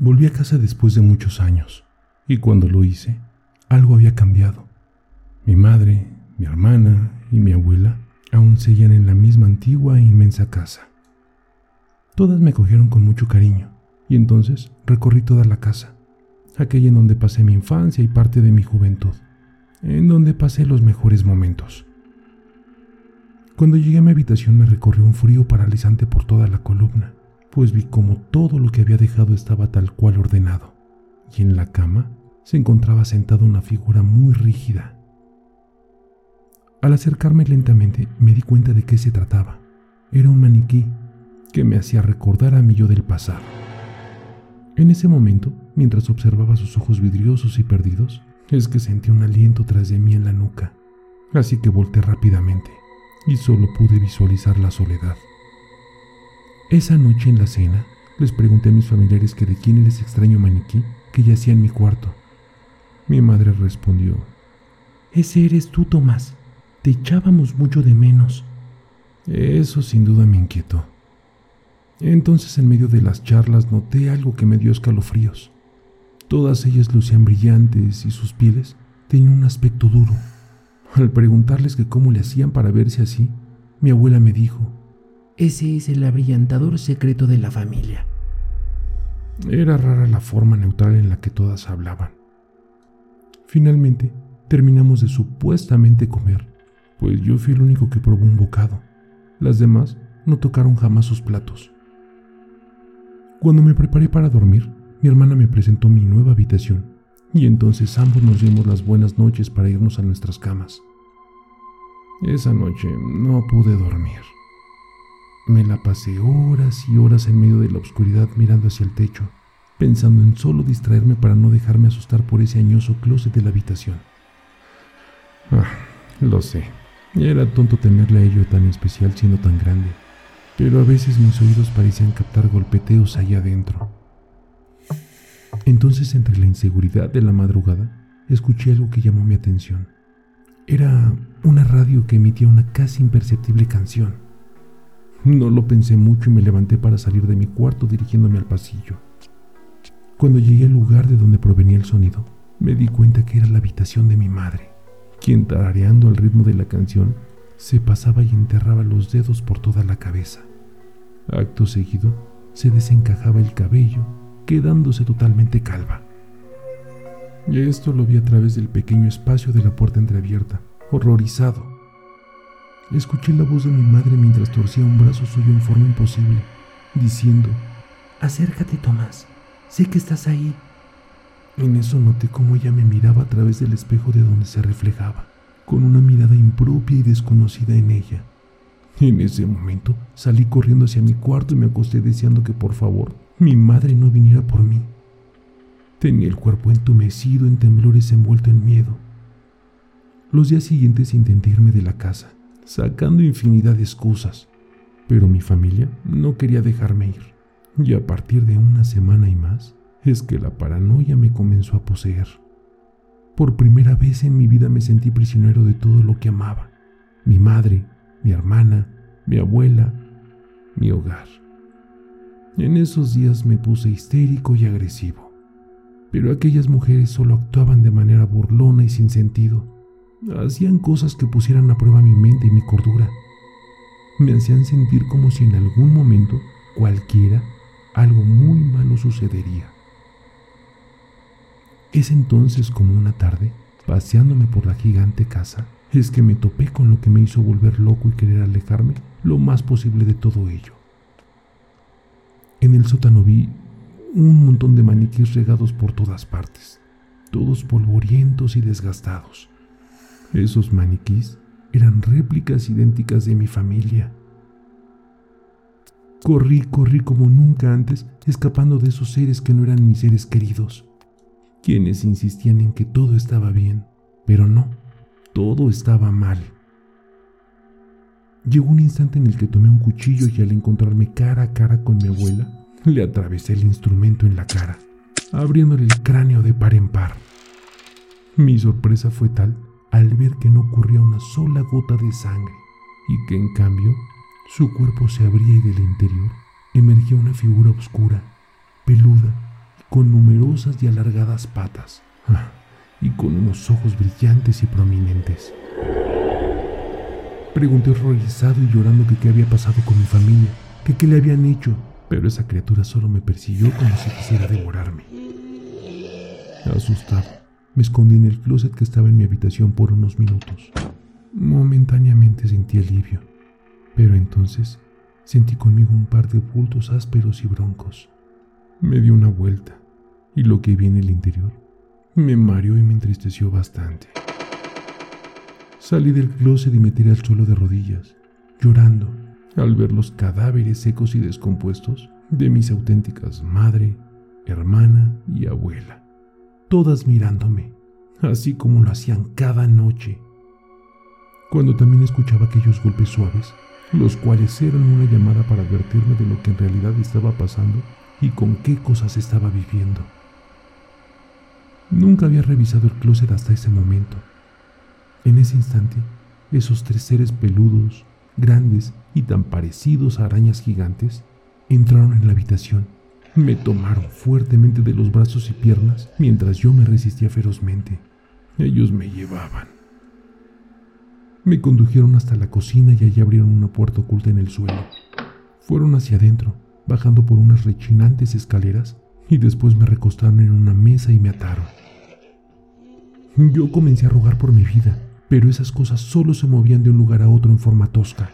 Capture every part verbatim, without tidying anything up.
Volví a casa después de muchos años, y cuando lo hice, algo había cambiado. Mi madre, mi hermana y mi abuela aún seguían en la misma antigua e inmensa casa. Todas me acogieron con mucho cariño, y entonces recorrí toda la casa, aquella en donde pasé mi infancia y parte de mi juventud, en donde pasé los mejores momentos. Cuando llegué a mi habitación me recorrió un frío paralizante por toda la columna, pues vi como todo lo que había dejado estaba tal cual ordenado, y en la cama se encontraba sentada una figura muy rígida. Al acercarme lentamente me di cuenta de qué se trataba. Era un maniquí que me hacía recordar a mi yo del pasado. En ese momento, mientras observaba sus ojos vidriosos y perdidos, es que sentí un aliento tras de mí en la nuca, así que volteé rápidamente y solo pude visualizar la soledad. Esa noche en la cena, les pregunté a mis familiares que de quién era ese extraño maniquí que yacía en mi cuarto. Mi madre respondió: «Ese eres tú, Tomás. Te echábamos mucho de menos». Eso sin duda me inquietó. Entonces, en medio de las charlas, noté algo que me dio escalofríos. Todas ellas lucían brillantes y sus pieles tenían un aspecto duro. Al preguntarles que cómo le hacían para verse así, mi abuela me dijo: «Ese es el abrillantador secreto de la familia». Era rara la forma neutral en la que todas hablaban. Finalmente, terminamos de supuestamente comer, pues yo fui el único que probó un bocado. Las demás no tocaron jamás sus platos. Cuando me preparé para dormir, mi hermana me presentó mi nueva habitación, y entonces ambos nos dimos las buenas noches para irnos a nuestras camas. Esa noche no pude dormir. Me la pasé horas y horas en medio de la oscuridad mirando hacia el techo, pensando en solo distraerme para no dejarme asustar por ese añoso closet de la habitación. Ah, lo sé, era tonto temerle a ello tan especial siendo tan grande, pero a veces mis oídos parecían captar golpeteos allá adentro. Entonces, entre la inseguridad de la madrugada, escuché algo que llamó mi atención. Era una radio que emitía una casi imperceptible canción. No lo pensé mucho y me levanté para salir de mi cuarto dirigiéndome al pasillo. Cuando llegué al lugar de donde provenía el sonido, me di cuenta que era la habitación de mi madre, quien, tarareando al ritmo de la canción, se pasaba y enterraba los dedos por toda la cabeza. Acto seguido, se desencajaba el cabello, quedándose totalmente calva. Y esto lo vi a través del pequeño espacio de la puerta entreabierta, horrorizado. Escuché la voz de mi madre mientras torcía un brazo suyo en forma imposible, diciendo: «Acércate, Tomás, sé que estás ahí». En eso noté cómo ella me miraba a través del espejo de donde se reflejaba, con una mirada impropia y desconocida en ella. En ese momento salí corriendo hacia mi cuarto y me acosté deseando que por favor mi madre no viniera por mí. Tenía el cuerpo entumecido en temblores envuelto en miedo. Los días siguientes intenté irme de la casa, sacando infinidad de excusas, pero mi familia no quería dejarme ir, y a partir de una semana y más, es que la paranoia me comenzó a poseer. Por primera vez en mi vida me sentí prisionero de todo lo que amaba: mi madre, mi hermana, mi abuela, mi hogar. En esos días me puse histérico y agresivo, pero aquellas mujeres solo actuaban de manera burlona y sin sentido. Hacían cosas que pusieran a prueba mi mente y mi cordura. Me hacían sentir como si en algún momento, cualquiera, algo muy malo sucedería. Es entonces, como una tarde, paseándome por la gigante casa, es que me topé con lo que me hizo volver loco y querer alejarme lo más posible de todo ello. En el sótano vi un montón de maniquíes regados por todas partes, todos polvorientos y desgastados. Esos maniquís eran réplicas idénticas de mi familia. Corrí, corrí como nunca antes, escapando de esos seres que no eran mis seres queridos, quienes insistían en que todo estaba bien, pero no, todo estaba mal. Llegó un instante en el que tomé un cuchillo y al encontrarme cara a cara con mi abuela, le atravesé el instrumento en la cara, abriéndole el cráneo de par en par. Mi sorpresa fue tal al ver que no corría una sola gota de sangre y que en cambio su cuerpo se abría y del interior emergía una figura oscura, peluda y con numerosas y alargadas patas, y con unos ojos brillantes y prominentes. Pregunté horrorizado y llorando que qué había pasado con mi familia, que qué le habían hecho, pero esa criatura solo me persiguió como si quisiera devorarme. Asustado, me escondí en el closet que estaba en mi habitación por unos minutos. Momentáneamente sentí alivio, pero entonces sentí conmigo un par de bultos ásperos y broncos. Me di una vuelta y lo que vi en el interior me mareó y me entristeció bastante. Salí del closet y me tiré al suelo de rodillas, llorando al ver los cadáveres secos y descompuestos de mis auténticas madre, hermana y abuela, todas mirándome, así como lo hacían cada noche. Cuando también escuchaba aquellos golpes suaves, los cuales eran una llamada para advertirme de lo que en realidad estaba pasando y con qué cosas estaba viviendo. Nunca había revisado el closet hasta ese momento. En ese instante, esos tres seres peludos, grandes y tan parecidos a arañas gigantes, entraron en la habitación. Me tomaron fuertemente de los brazos y piernas mientras yo me resistía ferozmente. Ellos me llevaban. Me condujeron hasta la cocina y allí abrieron una puerta oculta en el suelo. Fueron hacia adentro, bajando por unas rechinantes escaleras, y después me recostaron en una mesa y me ataron. Yo comencé a rogar por mi vida, pero esas cosas solo se movían de un lugar a otro en forma tosca.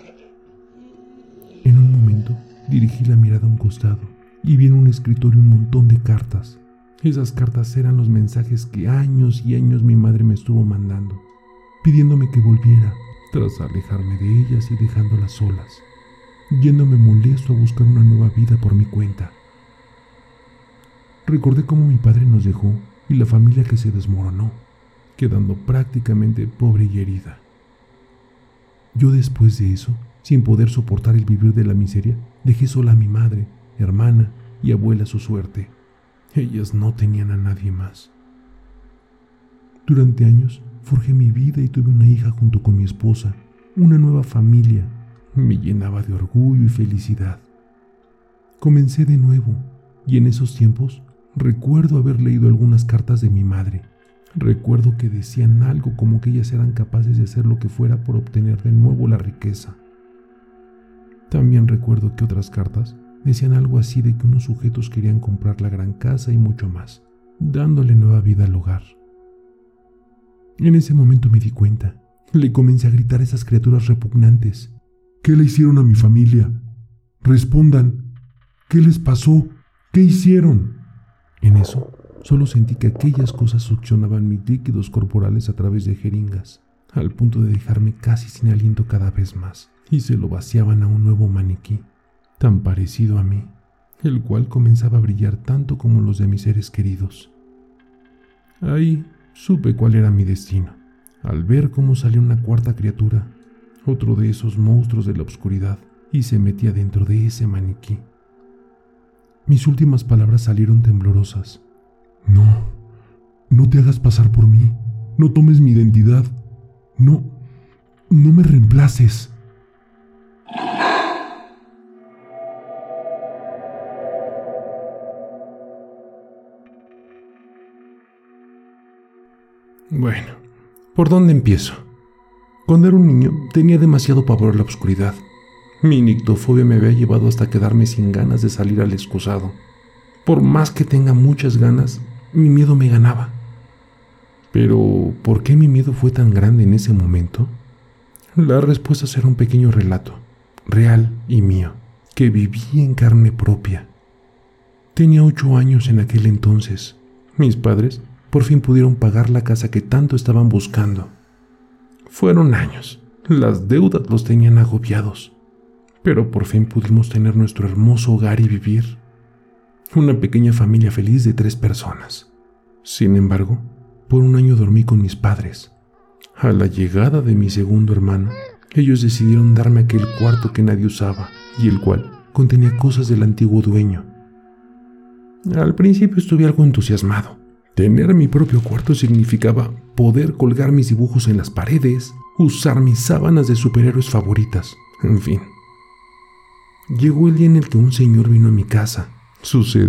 En un momento, dirigí la mirada a un costado y vi en un escritorio un montón de cartas. Esas cartas eran los mensajes que años y años mi madre me estuvo mandando, pidiéndome que volviera, tras alejarme de ellas y dejándolas solas, yéndome molesto a buscar una nueva vida por mi cuenta. Recordé cómo mi padre nos dejó y la familia que se desmoronó, quedando prácticamente pobre y herida. Yo después de eso, sin poder soportar el vivir de la miseria, dejé sola a mi madre, hermana y abuela a su suerte. Ellas no tenían a nadie más. Durante años forjé mi vida y tuve una hija junto con mi esposa, una nueva familia. Me llenaba de orgullo y felicidad. Comencé de nuevo, y en esos tiempos recuerdo haber leído algunas cartas de mi madre. Recuerdo que decían algo como que ellas eran capaces de hacer lo que fuera por obtener de nuevo la riqueza. También recuerdo que otras cartas decían algo así de que unos sujetos querían comprar la gran casa y mucho más, dándole nueva vida al hogar. En ese momento me di cuenta. Le comencé a gritar a esas criaturas repugnantes. ¿Qué le hicieron a mi familia? Respondan. ¿Qué les pasó? ¿Qué hicieron? En eso, solo sentí que aquellas cosas succionaban mis líquidos corporales a través de jeringas, al punto de dejarme casi sin aliento cada vez más, y se lo vaciaban a un nuevo maniquí, tan parecido a mí, el cual comenzaba a brillar tanto como los de mis seres queridos. Ahí supe cuál era mi destino, al ver cómo salió una cuarta criatura, otro de esos monstruos de la oscuridad, y se metía dentro de ese maniquí. Mis últimas palabras salieron temblorosas. No, no te hagas pasar por mí, no tomes mi identidad, no, no me reemplaces. Bueno, ¿por dónde empiezo? Cuando era un niño tenía demasiado pavor a la oscuridad. Mi nictofobia me había llevado hasta quedarme sin ganas de salir al excusado. Por más que tenga muchas ganas, mi miedo me ganaba. Pero, ¿por qué mi miedo fue tan grande en ese momento? La respuesta será un pequeño relato, real y mío, que viví en carne propia. Tenía ocho años en aquel entonces. Mis padres por fin pudieron pagar la casa que tanto estaban buscando. Fueron años, las deudas los tenían agobiados, pero por fin pudimos tener nuestro hermoso hogar y vivir. Una pequeña familia feliz de tres personas. Sin embargo, por un año dormí con mis padres. A la llegada de mi segundo hermano, ellos decidieron darme aquel cuarto que nadie usaba y el cual contenía cosas del antiguo dueño. Al principio estuve algo entusiasmado. Tener mi propio cuarto significaba poder colgar mis dibujos en las paredes, usar mis sábanas de superhéroes favoritas, en fin. Llegó el día en el que un señor vino a mi casa. Sucede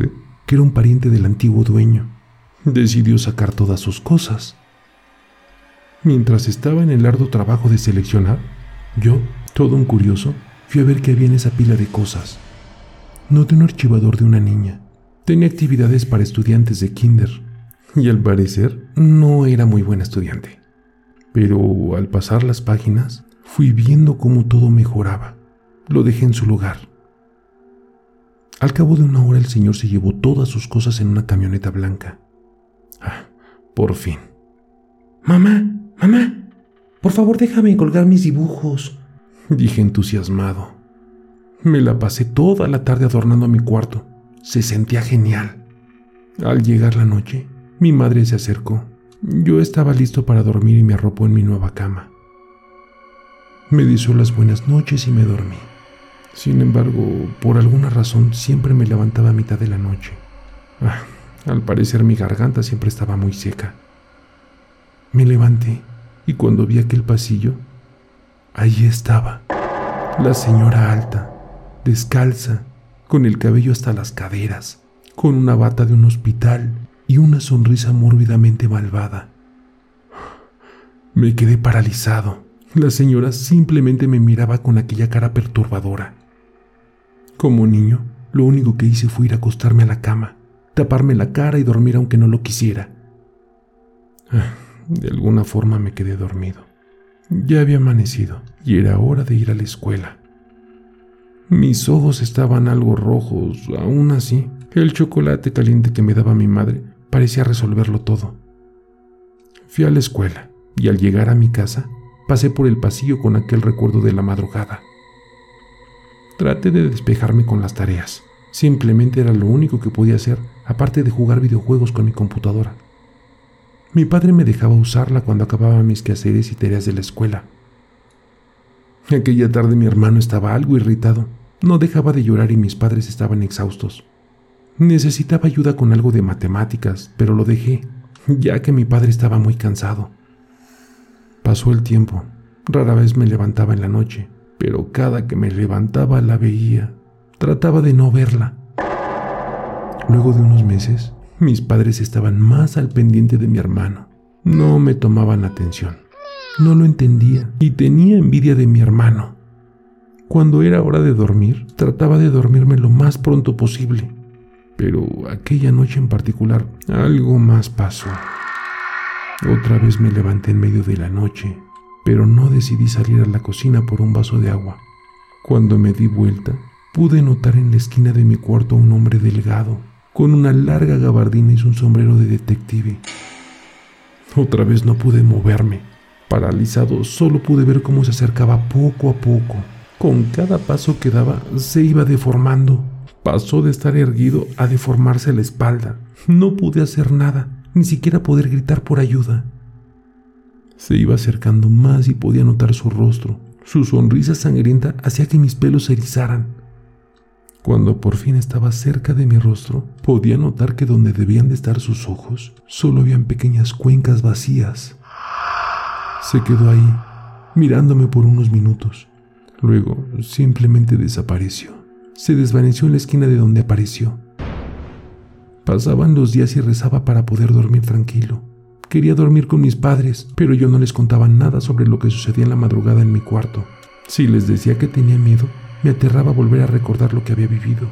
que era un pariente del antiguo dueño. Decidió sacar todas sus cosas. Mientras estaba en el arduo trabajo de seleccionar, yo, todo un curioso, fui a ver qué había en esa pila de cosas. Noté un archivador de una niña. Tenía actividades para estudiantes de kinder, y al parecer no era muy buena estudiante. Pero al pasar las páginas, fui viendo cómo todo mejoraba. Lo dejé en su lugar. Al cabo de una hora el señor se llevó todas sus cosas en una camioneta blanca. Ah, por fin. Mamá, mamá, por favor déjame colgar mis dibujos, dije entusiasmado. Me la pasé toda la tarde adornando mi cuarto. Se sentía genial. Al llegar la noche, mi madre se acercó. Yo estaba listo para dormir y me arropó en mi nueva cama. Me deseó las buenas noches y me dormí. Sin embargo, por alguna razón siempre me levantaba a mitad de la noche. Ah, al parecer mi garganta siempre estaba muy seca. Me levanté y cuando vi aquel pasillo, allí estaba, la señora alta, descalza, con el cabello hasta las caderas, con una bata de un hospital y una sonrisa mórbidamente malvada. Me quedé paralizado. La señora simplemente me miraba con aquella cara perturbadora. Como niño, lo único que hice fue ir a acostarme a la cama, taparme la cara y dormir aunque no lo quisiera. Ah, de alguna forma me quedé dormido. Ya había amanecido y era hora de ir a la escuela. Mis ojos estaban algo rojos, aún así, el chocolate caliente que me daba mi madre parecía resolverlo todo. Fui a la escuela y al llegar a mi casa, pasé por el pasillo con aquel recuerdo de la madrugada. Traté de despejarme con las tareas. Simplemente era lo único que podía hacer, aparte de jugar videojuegos con mi computadora. Mi padre me dejaba usarla cuando acababa mis quehaceres y tareas de la escuela. Aquella tarde mi hermano estaba algo irritado. No dejaba de llorar y mis padres estaban exhaustos. Necesitaba ayuda con algo de matemáticas, pero lo dejé, ya que mi padre estaba muy cansado. Pasó el tiempo. Rara vez me levantaba en la noche, pero cada que me levantaba la veía. Trataba de no verla. Luego de unos meses, mis padres estaban más al pendiente de mi hermano. No me tomaban atención. No lo entendía y tenía envidia de mi hermano. Cuando era hora de dormir, trataba de dormirme lo más pronto posible. Pero aquella noche en particular, algo más pasó. Otra vez me levanté en medio de la noche, pero no decidí salir a la cocina por un vaso de agua. Cuando me di vuelta, pude notar en la esquina de mi cuarto a un hombre delgado, con una larga gabardina y un sombrero de detective. Otra vez no pude moverme. Paralizado, solo pude ver cómo se acercaba poco a poco. Con cada paso que daba, se iba deformando. Pasó de estar erguido a deformarse la espalda. No pude hacer nada, ni siquiera poder gritar por ayuda. Se iba acercando más y podía notar su rostro. Su sonrisa sangrienta hacía que mis pelos se erizaran. Cuando por fin estaba cerca de mi rostro, podía notar que donde debían de estar sus ojos, solo habían pequeñas cuencas vacías. Se quedó ahí, mirándome por unos minutos. Luego, simplemente desapareció. Se desvaneció en la esquina de donde apareció. Pasaban los días y rezaba para poder dormir tranquilo. Quería dormir con mis padres, pero yo no les contaba nada sobre lo que sucedía en la madrugada en mi cuarto. Si les decía que tenía miedo, me aterraba volver a recordar lo que había vivido.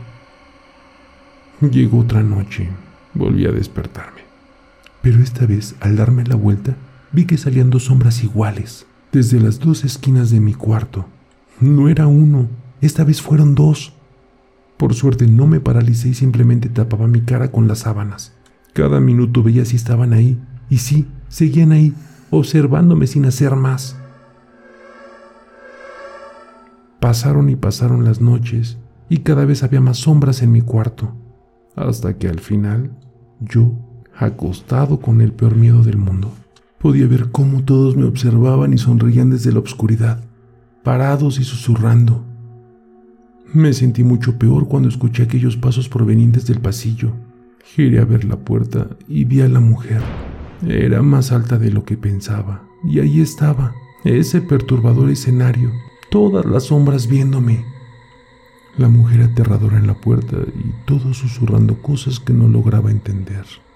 Llegó otra noche. Volví a despertarme. Pero esta vez, al darme la vuelta, vi que salían dos sombras iguales, desde las dos esquinas de mi cuarto. No era uno, esta vez fueron dos. Por suerte no me paralicé y simplemente tapaba mi cara con las sábanas. Cada minuto veía si estaban ahí, y sí, seguían ahí, observándome sin hacer más. Pasaron y pasaron las noches, y cada vez había más sombras en mi cuarto, hasta que al final, yo, acostado con el peor miedo del mundo, podía ver cómo todos me observaban y sonreían desde la oscuridad, parados y susurrando. Me sentí mucho peor cuando escuché aquellos pasos provenientes del pasillo. Giré a ver la puerta y vi a la mujer. Era más alta de lo que pensaba, y ahí estaba, ese perturbador escenario, todas las sombras viéndome. la mujer aterradora en la puerta y todo susurrando cosas que no lograba entender.